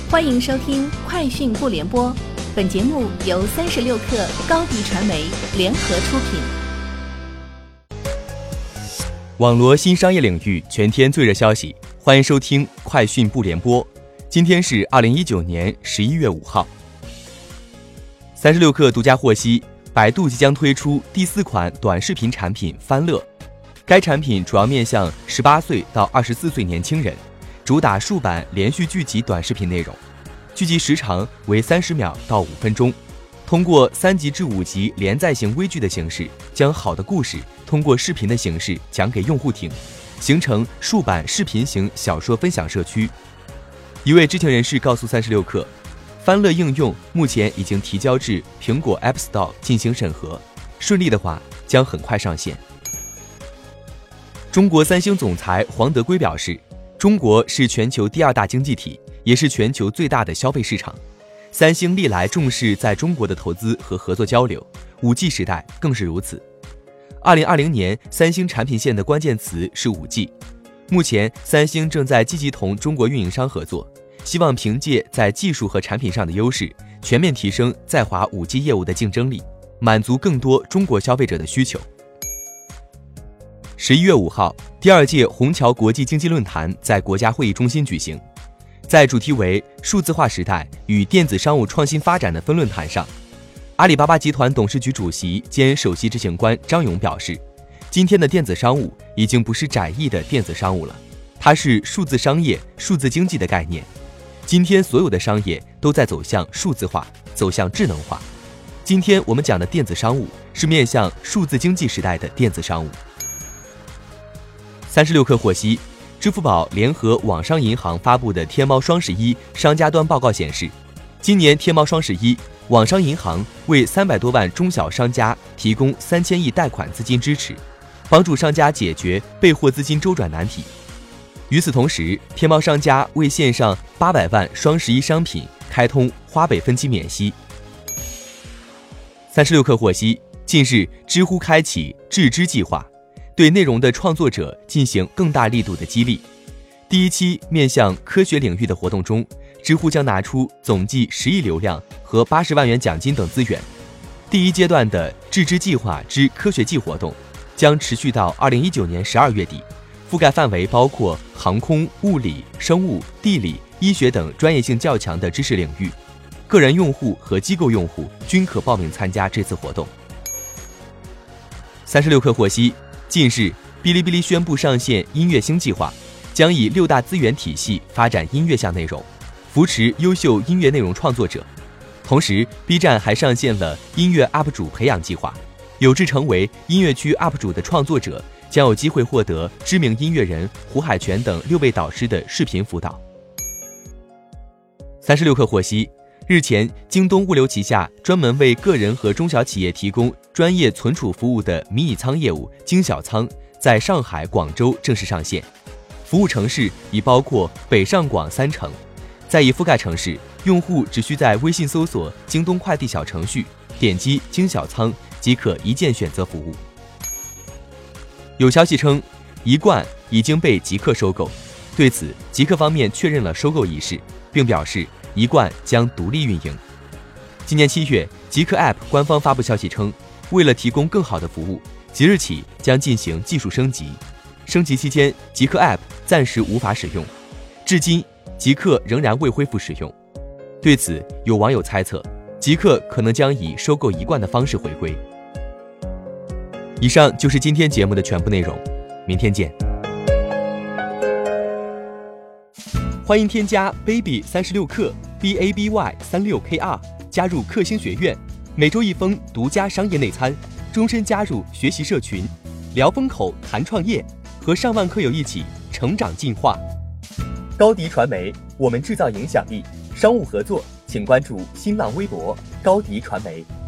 欢迎收听快讯不联播，本节目由36克高迪传媒联合出品。 网罗新商业领域全天最热消息，欢迎收听快讯不联播。今天是2019年11月5号。36克独家获悉，百度即将推出第4款短视频产品翻乐。该产品主要面向18岁到24岁年轻人，主打数版连续剧集短视频内容，剧集时长为30秒到5分钟，通过3集至5集连载型微剧的形式，将好的故事通过视频的形式讲给用户听，形成数版视频型小说分享社区。一位知情人士告诉36克，翻乐应用目前已经提交至苹果 App Store 进行审核，顺利的话将很快上线。中国三星总裁黄德圭表示，中国是全球第2大经济体，也是全球最大的消费市场。三星历来重视在中国的投资和合作交流， 5G 时代更是如此。2020年三星产品线的关键词是 5G。 目前三星正在积极同中国运营商合作，希望凭借在技术和产品上的优势，全面提升在华 5G 业务的竞争力，满足更多中国消费者的需求。11月5号，第2届虹桥国际经济论坛在国家会议中心举行。在主题为数字化时代与电子商务创新发展的分论坛上，阿里巴巴集团董事局主席兼首席执行官张勇表示，今天的电子商务已经不是窄义的电子商务了，它是数字商业、数字经济的概念。今天所有的商业都在走向数字化，走向智能化。今天我们讲的电子商务是面向数字经济时代的电子商务。36克获悉，支付宝联合网商银行发布的天猫双11商家端报告显示，今年天猫双11，网商银行为300多万中小商家提供3000亿贷款资金支持，帮助商家解决备货资金周转难题。与此同时，天猫商家为线上800万双11商品开通花呗分期免息。36克获悉，近日知乎开启智知计划，对内容的创作者进行更大力度的激励。第1期面向科学领域的活动中，知乎将拿出总计10亿流量和80万元奖金等资源。第1阶段的智知计划之科学季活动将持续到2019年12月底，覆盖范围包括航空、物理、生物、地理、医学等专业性较强的知识领域，个人用户和机构用户均可报名参加这次活动。36克获悉，近日哔哩哔哩宣布上线音乐星计划，将以6大资源体系发展音乐项内容，扶持优秀音乐内容创作者。同时 B 站还上线了音乐 UP 主培养计划，有志成为音乐区 UP 主的创作者将有机会获得知名音乐人胡海泉等6位导师的视频辅导。36克获悉，日前京东物流旗下专门为个人和中小企业提供专业存储服务的迷你仓业务京小仓在上海、广州正式上线，服务城市已包括北上广3城。在已覆盖城市，用户只需在微信搜索京东快递小程序，点击京小仓即可一键选择服务。有消息称，一贯已经被极客收购，对此极客方面确认了收购一事，并表示一贯将独立运营。今年7月，极客 App 官方发布消息称，为了提供更好的服务，即日起将进行技术升级。升级期间，极客 App 暂时无法使用，至今极客仍然未恢复使用。对此，有网友猜测，极客可能将以收购一贯的方式回归。以上就是今天节目的全部内容，明天见。欢迎添加 baby 36克 BABY36KR 加入克星学院，每周1封独家商业内参，终身加入学习社群，聊风口谈创业，和上万课友一起成长进化。高迪传媒，我们制造影响力。商务合作请关注新浪微博高迪传媒。